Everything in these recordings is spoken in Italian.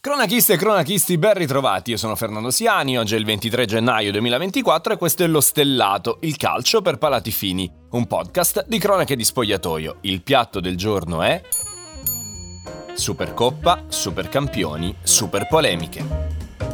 Cronachiste e cronachisti, ben ritrovati, io sono Fernando Siani, oggi è il 23 gennaio 2024 e questo è Lo Stellato, il calcio per palati fini, un podcast di cronache di spogliatoio. Il piatto del giorno è Supercoppa, Supercampioni, Super polemiche.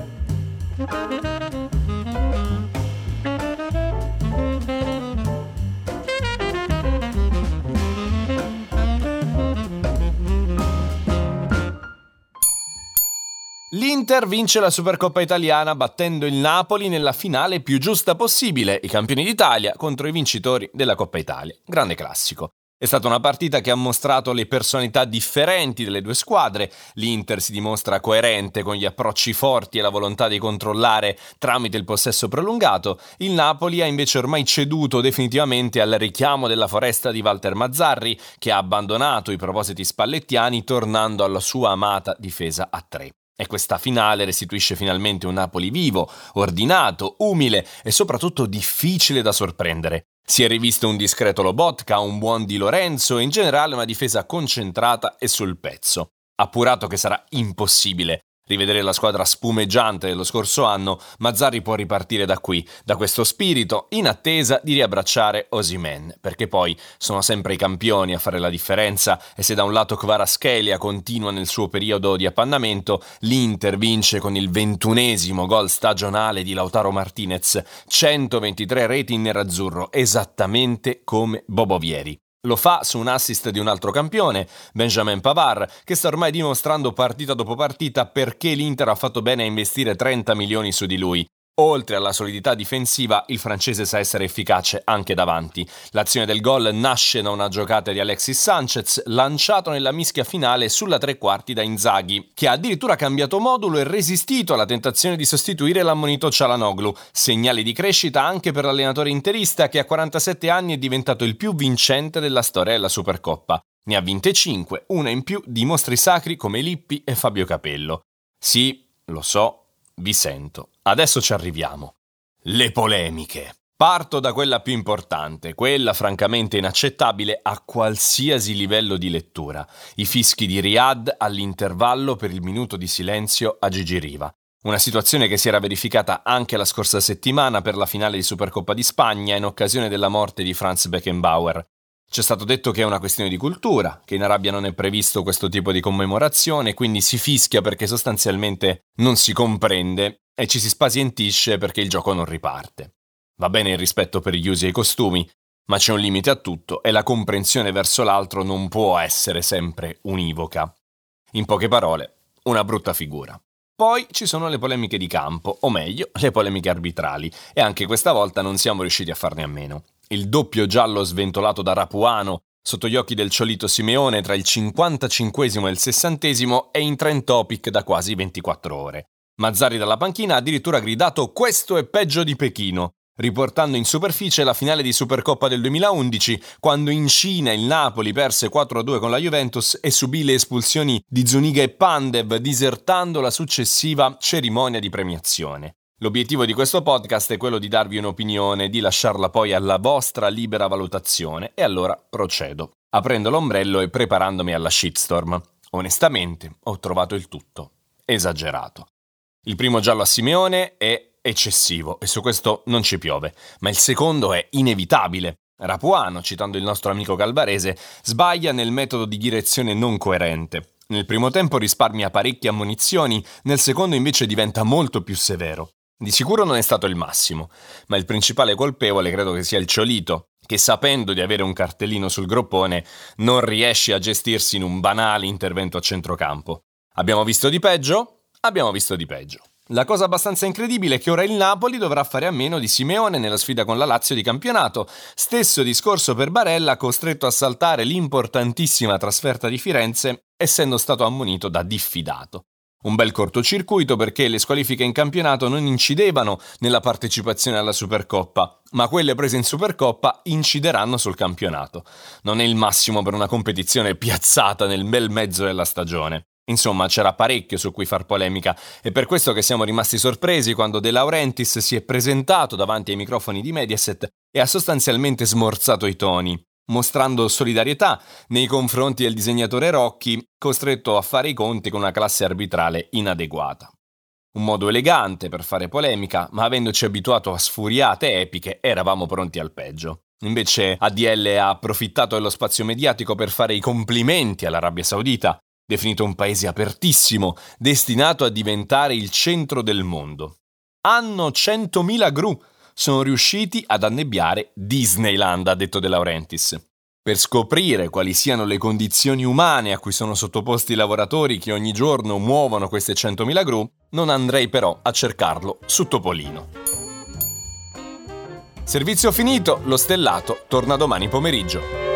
L'Inter vince la Supercoppa italiana battendo il Napoli nella finale più giusta possibile, i campioni d'Italia contro i vincitori della Coppa Italia. Grande classico. È stata una partita che ha mostrato le personalità differenti delle due squadre. L'Inter si dimostra coerente con gli approcci forti e la volontà di controllare tramite il possesso prolungato. Il Napoli ha invece ormai ceduto definitivamente al richiamo della foresta di Walter Mazzarri, che ha abbandonato i propositi spallettiani tornando alla sua amata difesa a 3. E questa finale restituisce finalmente un Napoli vivo, ordinato, umile e soprattutto difficile da sorprendere. Si è rivisto un discreto Lobotka, un buon Di Lorenzo e in generale una difesa concentrata e sul pezzo. Appurato che sarà impossibile rivedere la squadra spumeggiante dello scorso anno, Mazzarri può ripartire da qui, da questo spirito, in attesa di riabbracciare Osimhen, perché poi sono sempre i campioni a fare la differenza e se da un lato Kvaratskhelia continua nel suo periodo di appannamento, l'Inter vince con il 21esimo gol stagionale di Lautaro Martinez, 123 reti in nerazzurro, esattamente come Bobovieri. Lo fa su un assist di un altro campione, Benjamin Pavard, che sta ormai dimostrando partita dopo partita perché l'Inter ha fatto bene a investire 30 milioni su di lui. Oltre alla solidità difensiva, il francese sa essere efficace anche davanti. L'azione del gol nasce da una giocata di Alexis Sanchez, lanciato nella mischia finale sulla tre quarti da Inzaghi, che ha addirittura cambiato modulo e resistito alla tentazione di sostituire l'ammonito Çalhanoğlu. Segnali di crescita anche per l'allenatore interista che a 47 anni è diventato il più vincente della storia della Supercoppa. Ne ha vinte 5, una in più di mostri sacri come Lippi e Fabio Capello. Sì, lo so. Vi sento. Adesso ci arriviamo. Le polemiche. Parto da quella più importante, quella francamente inaccettabile a qualsiasi livello di lettura. I fischi di Riyad all'intervallo per il minuto di silenzio a Gigi Riva. Una situazione che si era verificata anche la scorsa settimana per la finale di Supercoppa di Spagna in occasione della morte di Franz Beckenbauer. C'è stato detto che è una questione di cultura, che in Arabia non è previsto questo tipo di commemorazione, quindi si fischia perché sostanzialmente non si comprende e ci si spazientisce perché il gioco non riparte. Va bene il rispetto per gli usi e i costumi, ma c'è un limite a tutto e la comprensione verso l'altro non può essere sempre univoca. In poche parole, una brutta figura. Poi ci sono le polemiche di campo, o meglio, le polemiche arbitrali, e anche questa volta non siamo riusciti a farne a meno. Il doppio giallo sventolato da Rapuano sotto gli occhi del Ciolito Simeone tra il 55esimo e il 60esimo è in trend topic da quasi 24 ore. Mazzarri dalla panchina ha addirittura gridato «Questo è peggio di Pechino», riportando in superficie la finale di Supercoppa del 2011, quando in Cina il Napoli perse 4-2 con la Juventus e subì le espulsioni di Zuniga e Pandev, disertando la successiva cerimonia di premiazione. L'obiettivo di questo podcast è quello di darvi un'opinione, di lasciarla poi alla vostra libera valutazione, e allora procedo, aprendo l'ombrello e preparandomi alla shitstorm. Onestamente, ho trovato il tutto esagerato. Il primo giallo a Simeone è eccessivo e su questo non ci piove, ma il secondo è inevitabile. Rapuano, citando il nostro amico Calvarese, sbaglia nel metodo di direzione non coerente. Nel primo tempo risparmia parecchie ammonizioni, nel secondo invece diventa molto più severo. Di sicuro non è stato il massimo, ma il principale colpevole credo che sia il Ciolito, che sapendo di avere un cartellino sul groppone non riesce a gestirsi in un banale intervento a centrocampo. Abbiamo visto di peggio? Abbiamo visto di peggio. La cosa abbastanza incredibile è che ora il Napoli dovrà fare a meno di Simeone nella sfida con la Lazio di campionato. Stesso discorso per Barella, costretto a saltare l'importantissima trasferta di Firenze, essendo stato ammonito da diffidato. Un bel cortocircuito perché le squalifiche in campionato non incidevano nella partecipazione alla Supercoppa, ma quelle prese in Supercoppa incideranno sul campionato. Non è il massimo per una competizione piazzata nel bel mezzo della stagione. Insomma, c'era parecchio su cui far polemica, e per questo che siamo rimasti sorpresi quando De Laurentiis si è presentato davanti ai microfoni di Mediaset e ha sostanzialmente smorzato i toni. mostrando solidarietà nei confronti del disegnatore Rocchi, costretto a fare i conti con una classe arbitrale inadeguata. Un modo elegante per fare polemica, ma avendoci abituato a sfuriate epiche, eravamo pronti al peggio. Invece ADL ha approfittato dello spazio mediatico per fare i complimenti all'Arabia Saudita, definito un paese apertissimo, destinato a diventare il centro del mondo. Hanno 100.000 gru, sono riusciti ad annebbiare Disneyland, ha detto De Laurentiis. Per scoprire quali siano le condizioni umane a cui sono sottoposti i lavoratori che ogni giorno muovono queste 100.000 gru, non andrei però a cercarlo su Topolino. Servizio finito, lo Stellato torna domani pomeriggio.